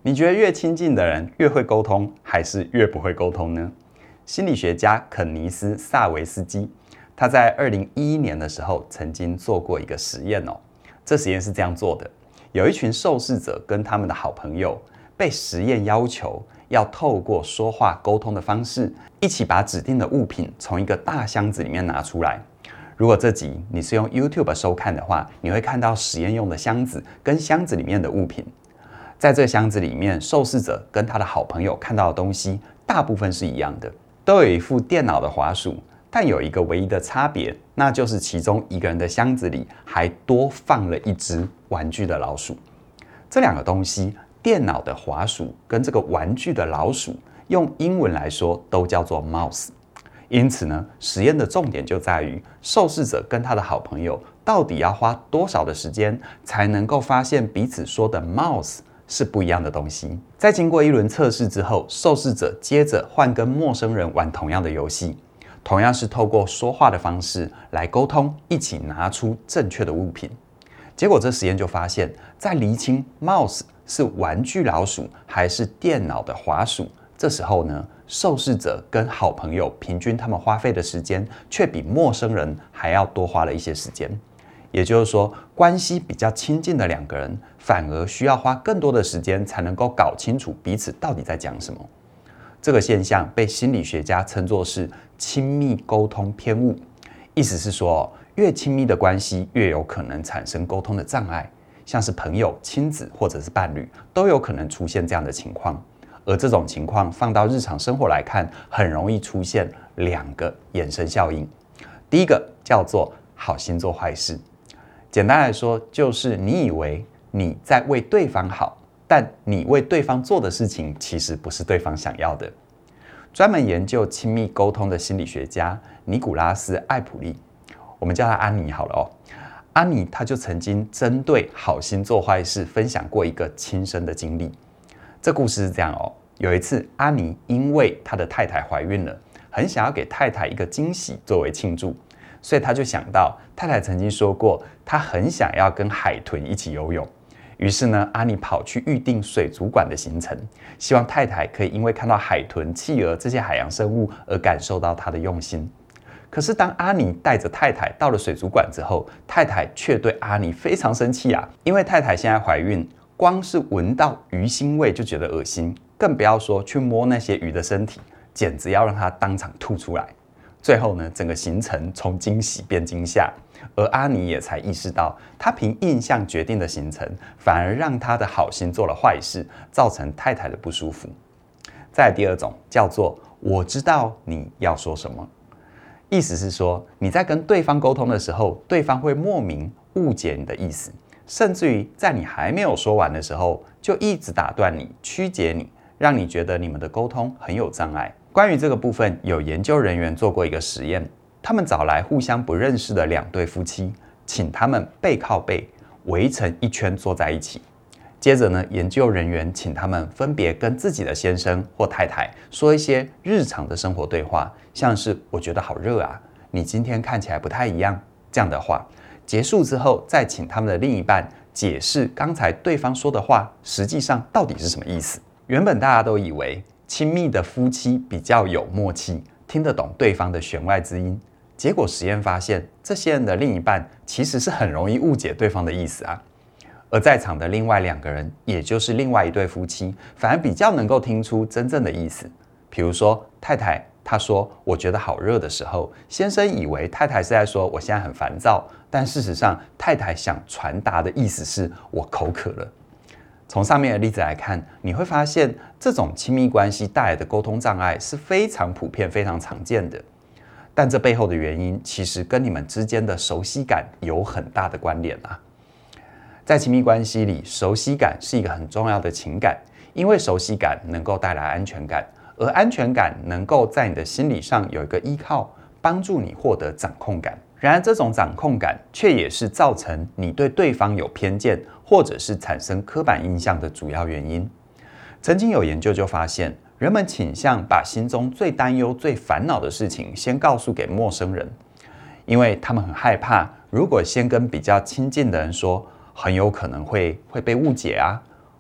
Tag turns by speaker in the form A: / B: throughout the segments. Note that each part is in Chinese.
A: 你觉得越亲近的人越会沟通，还是越不会沟通呢？心理学家肯尼斯·萨维斯基，他在2011年的时候曾经做过一个实验哦。这实验是这样做的：有一群受试者跟他们的好朋友被实验要求要透过说话沟通的方式，一起把指定的物品从一个大箱子里面拿出来。如果这集你是用 YouTube 收看的话，你会看到实验用的箱子跟箱子里面的物品。在这个箱子里面，受试者跟他的好朋友看到的东西大部分是一样的，都有一副电脑的滑鼠，但有一个唯一的差别，那就是其中一个人的箱子里还多放了一只玩具的老鼠。这两个东西，电脑的滑鼠跟这个玩具的老鼠，用英文来说都叫做 mouse。因此呢，实验的重点就在于受试者跟他的好朋友到底要花多少的时间才能够发现彼此说的 mouse 是不一样的东西。在经过一轮测试之后，受试者接着换跟陌生人玩同样的游戏，同样是透过说话的方式来沟通，一起拿出正确的物品。结果这实验就发现，在厘清 mouse 是玩具老鼠还是电脑的滑鼠，这时候呢，受试者跟好朋友平均他们花费的时间却比陌生人还要多花了一些时间。也就是说，关系比较亲近的两个人，反而需要花更多的时间才能够搞清楚彼此到底在讲什么。这个现象被心理学家称作是亲密沟通偏误，意思是说，越亲密的关系越有可能产生沟通的障碍，像是朋友、亲子或者是伴侣，都有可能出现这样的情况。而这种情况放到日常生活来看，很容易出现两个衍生效应。第一个叫做好心做坏事。简单来说，就是你以为你在为对方好，但你为对方做的事情其实不是对方想要的。专门研究亲密沟通的心理学家尼古拉斯·艾普利，我们叫他安妮好了哦。安妮她就曾经针对好心做坏事分享过一个亲身的经历。这故事是这样哦，有一次安妮因为她的太太怀孕了，很想要给太太一个惊喜作为庆祝。所以他就想到，太太曾经说过，她很想要跟海豚一起游泳。于是呢，安妮跑去预定水族馆的行程，希望太太可以因为看到海豚、企鹅这些海洋生物而感受到她的用心。可是当安妮带着太太到了水族馆之后，太太却对安妮非常生气啊，因为太太现在怀孕，光是闻到鱼腥味就觉得恶心，更不要说去摸那些鱼的身体，简直要让她当场吐出来。最后呢，整个行程从惊喜变惊吓，而阿妮也才意识到，她凭印象决定的行程，反而让她的好心做了坏事，造成太太的不舒服。再来第二种叫做我知道你要说什么，意思是说你在跟对方沟通的时候，对方会莫名误解你的意思，甚至于在你还没有说完的时候，就一直打断你、曲解你，让你觉得你们的沟通很有障碍。关于这个部分，有研究人员做过一个实验，他们找来互相不认识的两对夫妻，请他们背靠背围成一圈坐在一起。接着呢，研究人员请他们分别跟自己的先生或太太说一些日常的生活对话，像是我觉得好热啊，你今天看起来不太一样这样的话。结束之后，再请他们的另一半解释刚才对方说的话实际上到底是什么意思。原本大家都以为亲密的夫妻比较有默契，听得懂对方的弦外之音。结果实验发现，这些人的另一半其实是很容易误解对方的意思啊。而在场的另外两个人，也就是另外一对夫妻，反而比较能够听出真正的意思。比如说，太太她说我觉得好热的时候，先生以为太太是在说我现在很烦躁，但事实上太太想传达的意思是我口渴了。从上面的例子来看，你会发现这种亲密关系带来的沟通障碍是非常普遍、非常常见的。但这背后的原因，其实跟你们之间的熟悉感有很大的关联啊。在亲密关系里，熟悉感是一个很重要的情感，因为熟悉感能够带来安全感，而安全感能够在你的心理上有一个依靠，帮助你获得掌控感。然而，这种掌控感却也是造成你对对方有偏见，或者是产生刻板印象的主要原因。曾经有研究就发现，人们倾向把心中最担忧、最烦恼的事情先告诉给陌生人，因为他们很害怕，如果先跟比较亲近的人说，很有可能会被误解啊，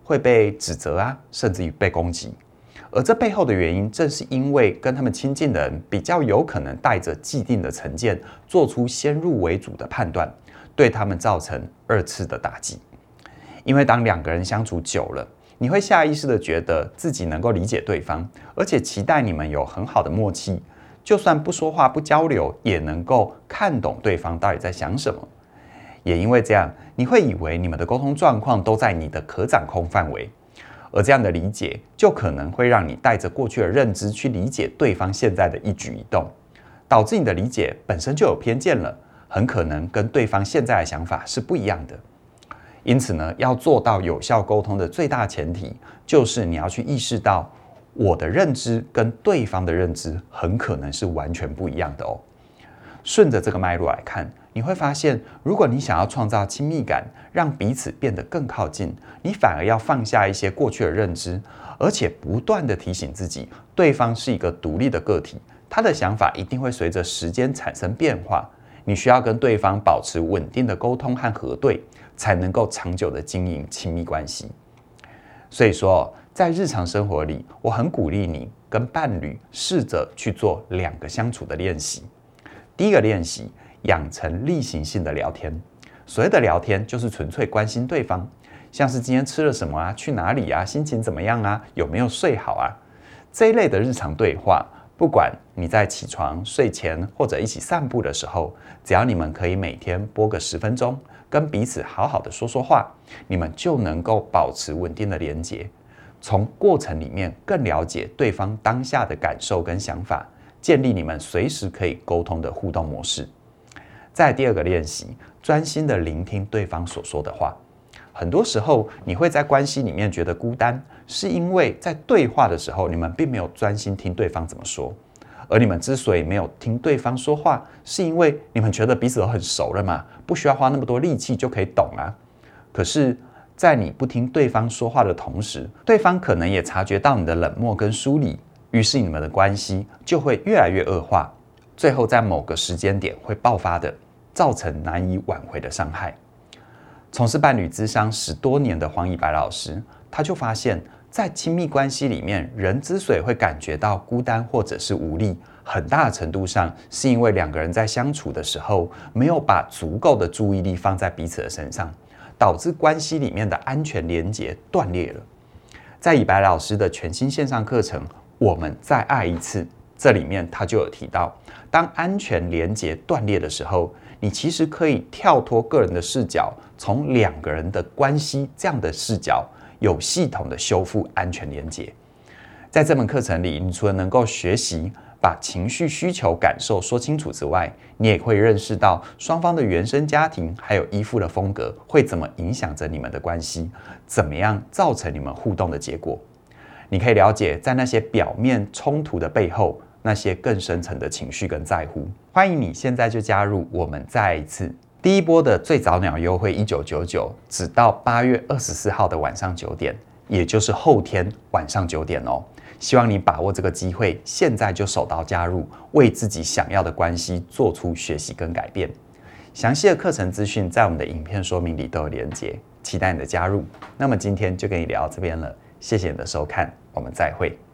A: 会被指责啊，甚至于被攻击。而这背后的原因，正是因为跟他们亲近的人比较有可能带着既定的成见，做出先入为主的判断，对他们造成二次的打击。因为当两个人相处久了，你会下意识的觉得自己能够理解对方，而且期待你们有很好的默契，就算不说话不交流，也能够看懂对方到底在想什么。也因为这样，你会以为你们的沟通状况都在你的可掌控范围。而这样的理解，就可能会让你带着过去的认知去理解对方现在的一举一动，导致你的理解本身就有偏见了，很可能跟对方现在的想法是不一样的。因此呢，要做到有效沟通的最大前提，就是你要去意识到，我的认知跟对方的认知很可能是完全不一样的哦。顺着这个脉络来看，你会发现，如果你想要创造亲密感，让彼此变得更靠近，你反而要放下一些过去的认知，而且不断地提醒自己，对方是一个独立的个体，他的想法一定会随着时间产生变化。你需要跟对方保持稳定的沟通和核对，才能够长久地经营亲密关系。所以说，在日常生活里，我很鼓励你跟伴侣试着去做2个相处的练习。第一个练习，养成例行性的聊天。所谓的聊天，就是纯粹关心对方，像是今天吃了什么啊，去哪里啊，心情怎么样啊，有没有睡好啊，这一类的日常对话。不管你在起床、睡前或者一起散步的时候，只要你们可以每天拨个10分钟，跟彼此好好的说说话，你们就能够保持稳定的连结，从过程里面更了解对方当下的感受跟想法，建立你们随时可以沟通的互动模式。再来第2个练习，专心的聆听对方所说的话。很多时候你会在关系里面觉得孤单，是因为在对话的时候，你们并没有专心听对方怎么说。而你们之所以没有听对方说话，是因为你们觉得彼此都很熟了嘛，不需要花那么多力气就可以懂啊。可是在你不听对方说话的同时，对方可能也察觉到你的冷漠跟疏离，于是你们的关系就会越来越恶化，最后在某个时间点会爆发的，造成难以挽回的伤害。从事伴侣咨商10多年的黄以白老师，他就发现，在亲密关系里面，人之所以会感觉到孤单或者是无力，很大的程度上是因为2个人在相处的时候，没有把足够的注意力放在彼此的身上，导致关系里面的安全连结断裂了。在以白老师的全新线上课程《我们再爱一次》，这里面他就有提到，当安全连结断裂的时候，你其实可以跳脱个人的视角，从2个人的关系这样的视角，有系统的修复安全连结。在这门课程里，你除了能够学习把情绪、需求、感受说清楚之外，你也会认识到双方的原生家庭还有依附的风格会怎么影响着你们的关系，怎么样造成你们互动的结果。你可以了解在那些表面冲突的背后，那些更深层的情绪跟在乎。欢迎你现在就加入我们再来一次第一波的最早鸟优惠1999，直到8月24号的晚上9点，也就是后天晚上9点哦。希望你把握这个机会，现在就手刀加入，为自己想要的关系做出学习跟改变。详细的课程资讯在我们的影片说明里都有连结，期待你的加入。那么今天就跟你聊到这边了，谢谢你的收看，我们再会。